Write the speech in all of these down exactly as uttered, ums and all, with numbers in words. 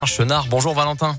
Chenard. Bonjour Valentin.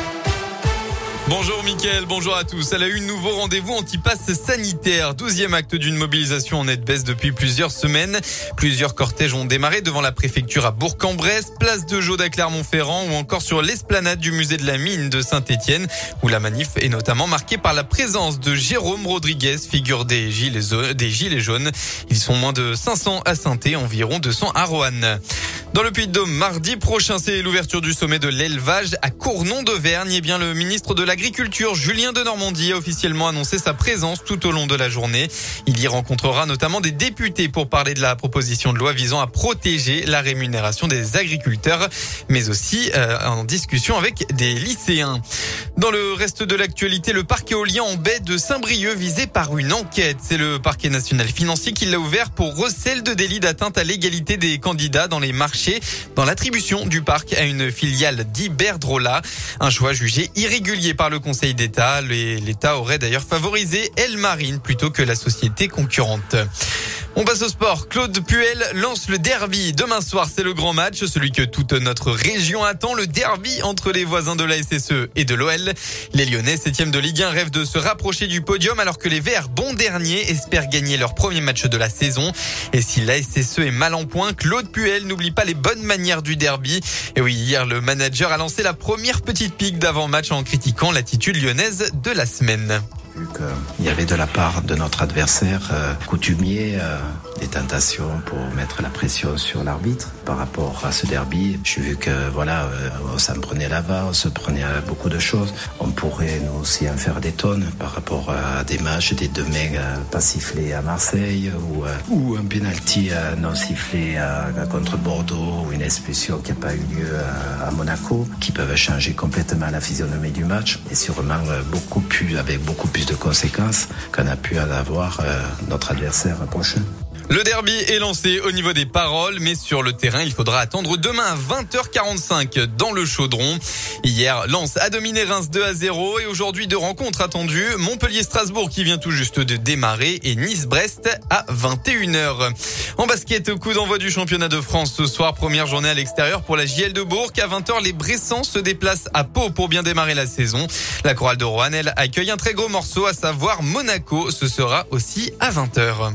Bonjour Mickaël, bonjour à tous. À la une, nouveau rendez-vous anti-pass sanitaire. douzième acte d'une mobilisation en nette baisse depuis plusieurs semaines. Plusieurs cortèges ont démarré devant la préfecture à Bourg-en-Bresse, place de Jaude à Clermont-Ferrand ou encore sur l'esplanade du musée de la mine de Saint-Étienne, où la manif est notamment marquée par la présence de Jérôme Rodriguez, figure des gilets, des gilets jaunes. Ils sont moins de cinq cents à Saint-Étienne, environ deux cents à Roanne. Dans le Puy-de-Dôme, mardi prochain, c'est l'ouverture du sommet de l'élevage à Cournon-d'Auvergne. Eh bien, le ministre de l'Agriculture, Julien Denormandie, a officiellement annoncé sa présence tout au long de la journée. Il y rencontrera notamment des députés pour parler de la proposition de loi visant à protéger la rémunération des agriculteurs, mais aussi euh, en discussion avec des lycéens. Dans le reste de l'actualité, le parc éolien en baie de Saint-Brieuc visé par une enquête. C'est le parquet national financier qui l'a ouvert pour recel de délit d'atteinte à l'égalité des candidats dans les marchés dans l'attribution du parc à une filiale d'Iberdrola. Un choix jugé irrégulier par le Conseil d'État. L'État aurait d'ailleurs favorisé Elmarine plutôt que la société concurrente. On passe au sport. Claude Puel lance le derby. Demain soir, c'est le grand match, celui que toute notre région attend, le derby entre les voisins de la S S E et de l'O L. Les Lyonnais, septième de Ligue un, rêvent de se rapprocher du podium alors que les Verts, bons derniers, espèrent gagner leur premier match de la saison. Et si la S S E est mal en point, Claude Puel n'oublie pas les bonnes manières du derby. Et oui, hier, le manager a lancé la première petite pique d'avant-match en critiquant l'attitude lyonnaise de la semaine. Vu qu'il y avait de la part de notre adversaire euh, coutumier euh, des tentations pour mettre la pression sur l'arbitre par rapport à ce derby. J'ai vu que voilà, euh, on s'en prenait là-bas, on se prenait à beaucoup de choses. On pourrait nous aussi en faire des tonnes par rapport à des matchs, des deux mecs euh, pas sifflés à Marseille ou, euh, ou un penalty euh, non sifflé euh, contre Bordeaux ou une expulsion qui n'a pas eu lieu à, à Monaco, qui peuvent changer complètement la physionomie du match et sûrement euh, beaucoup plus, avec beaucoup plus de conséquences qu'on a pu en avoir euh, notre adversaire prochain. Le derby est lancé au niveau des paroles, mais sur le terrain, il faudra attendre demain à vingt heures quarante-cinq dans le Chaudron. Hier, Lens a dominé Reims deux à zéro et aujourd'hui, deux rencontres attendues. Montpellier-Strasbourg qui vient tout juste de démarrer et Nice-Brest à vingt et une heures. En basket, coup d'envoi du championnat de France ce soir, première journée à l'extérieur pour la J L de Bourg. À vingt heures, les Bressans se déplacent à Pau pour bien démarrer la saison. La chorale de Roanne, elle, accueille un très gros morceau, à savoir Monaco. Ce sera aussi à vingt heures.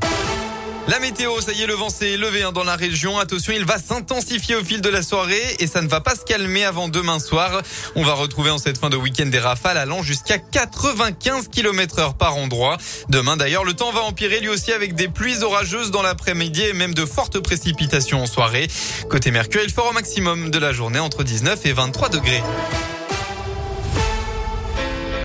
La météo, ça y est, le vent s'est levé dans la région. Attention, il va s'intensifier au fil de la soirée et ça ne va pas se calmer avant demain soir. On va retrouver en cette fin de week-end des rafales allant jusqu'à quatre-vingt-quinze kilomètres heure par endroit. Demain d'ailleurs, le temps va empirer lui aussi avec des pluies orageuses dans l'après-midi et même de fortes précipitations en soirée. Côté Mercure, il fera au maximum de la journée entre dix-neuf et vingt-trois degrés.